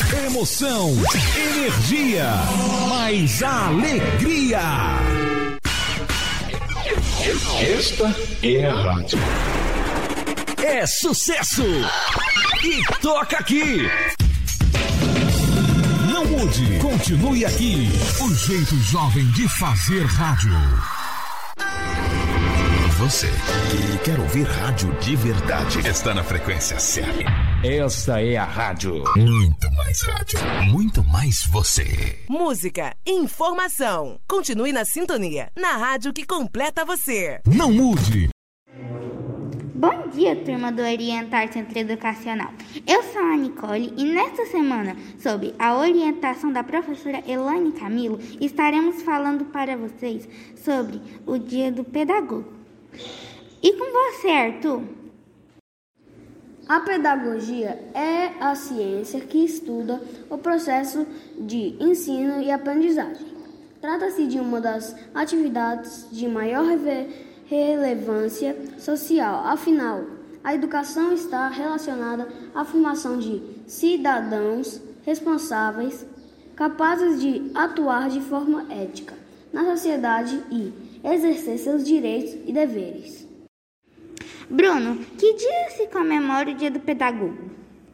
Emoção, energia, mais alegria. Esta é a rádio. É sucesso! E toca aqui! Não mude, continue aqui. O jeito jovem de fazer rádio. Você que quer ouvir rádio de verdade está na frequência certa. Esta é a rádio. Muito mais rádio, muito mais você. Música, informação. Continue na sintonia, na rádio que completa você. Não mude. Bom dia, turma do Orientar Centro Educacional. Eu sou a Nicole e nesta semana, sob a orientação da professora Elaine Camilo, estaremos falando para vocês sobre o Dia do Pedagogo. E com você, Arthur? A pedagogia é a ciência que estuda o processo de ensino e aprendizagem. Trata-se de uma das atividades de maior relevância social. Afinal, a educação está relacionada à formação de cidadãos responsáveis, capazes de atuar de forma ética na sociedade e exercer seus direitos e deveres. Bruno, que dia se comemora o Dia do Pedagogo?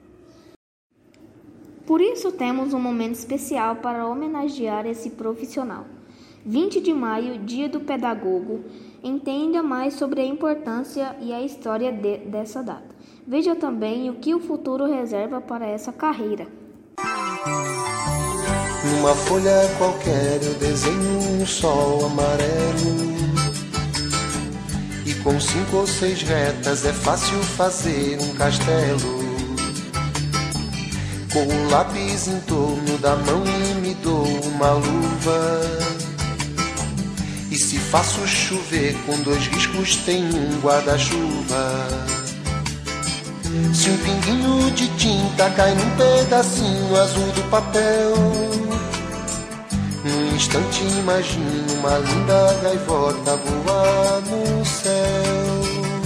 Por isso temos um momento especial para homenagear esse profissional. 20 de maio, Dia do Pedagogo. Entenda mais sobre a importância e a história dessa data. Veja também o que o futuro reserva para essa carreira. Numa folha qualquer eu desenho um sol amarelo. E com 5 ou 6 retas é fácil fazer um castelo. Com o lápis em torno da mão e me dou uma luva. E se faço chover com 2 riscos tem um guarda-chuva. Se um pinguinho de tinta cai num pedacinho azul do papel, num instante imagino uma linda gaivota voar no céu.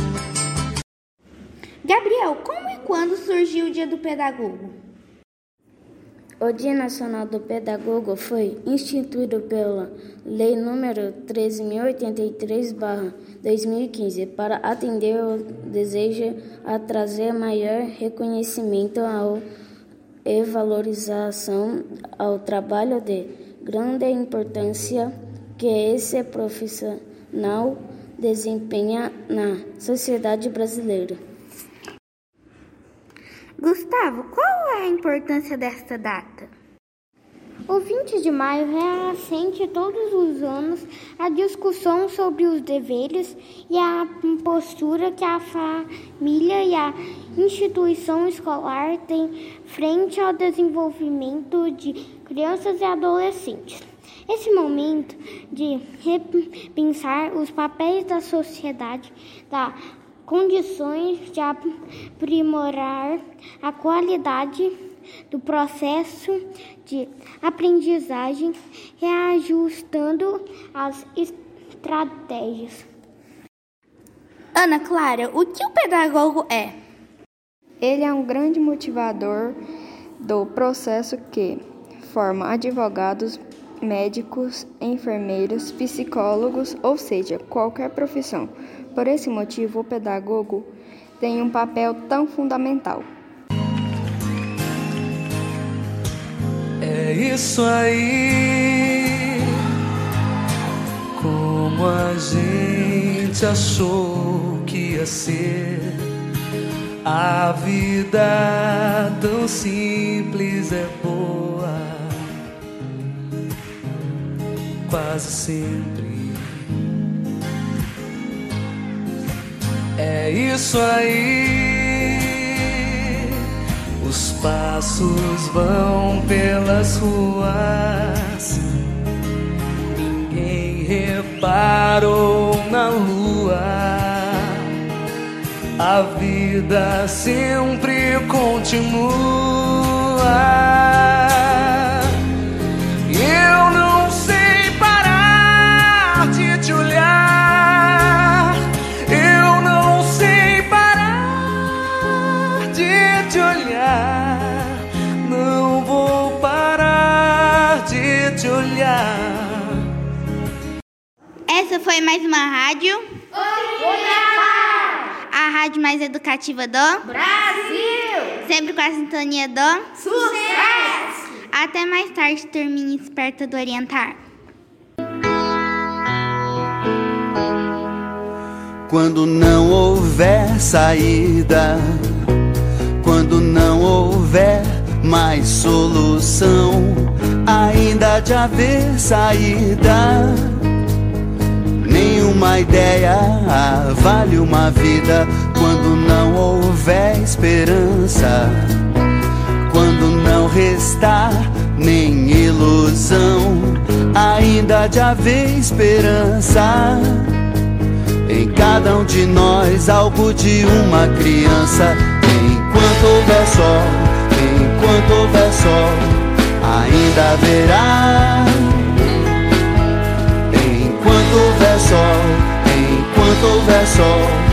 Gabriel, como e quando surgiu o Dia do Pedagogo? O Dia Nacional do Pedagogo foi instituído pela Lei nº 13.083/2015 para atender o desejo a trazer maior reconhecimento e valorização ao trabalho de grande importância que esse profissional desempenha na sociedade brasileira. Gustavo, qual é a importância desta data? O 20 de maio reacende todos os anos a discussão sobre os deveres e a postura que a família e a instituição escolar têm frente ao desenvolvimento de crianças e adolescentes. Esse momento de repensar os papéis da sociedade, das condições de aprimorar a qualidade do processo de aprendizagem, reajustando as estratégias. Ana Clara, o que o pedagogo é? Ele é um grande motivador do processo que forma advogados, médicos, enfermeiros, psicólogos, ou seja, qualquer profissão. Por esse motivo, o pedagogo tem um papel tão fundamental. É isso aí, como a gente achou que ia ser. A vida tão simples é boa, quase sempre. É isso aí, os passos vão pelas ruas, ninguém reparou na lua. A vida sempre continua. Eu não sei parar de te olhar. Eu não sei parar de te olhar. Não vou te olhar. Essa foi mais uma rádio a rádio mais educativa do Brasil! sempre com a sintonia do Sucesso! Até mais tarde, turminha esperta do Orientar. Quando não houver saída, quando não houver mais solução, ainda há de haver saída. Nenhuma ideia vale uma vida quando não houver esperança, quando não restar nem ilusão, ainda há de haver esperança. Em cada um de nós, algo de uma criança. Enquanto houver sol, enquanto houver sol, ainda haverá. Enquanto houver sol, enquanto houver sol,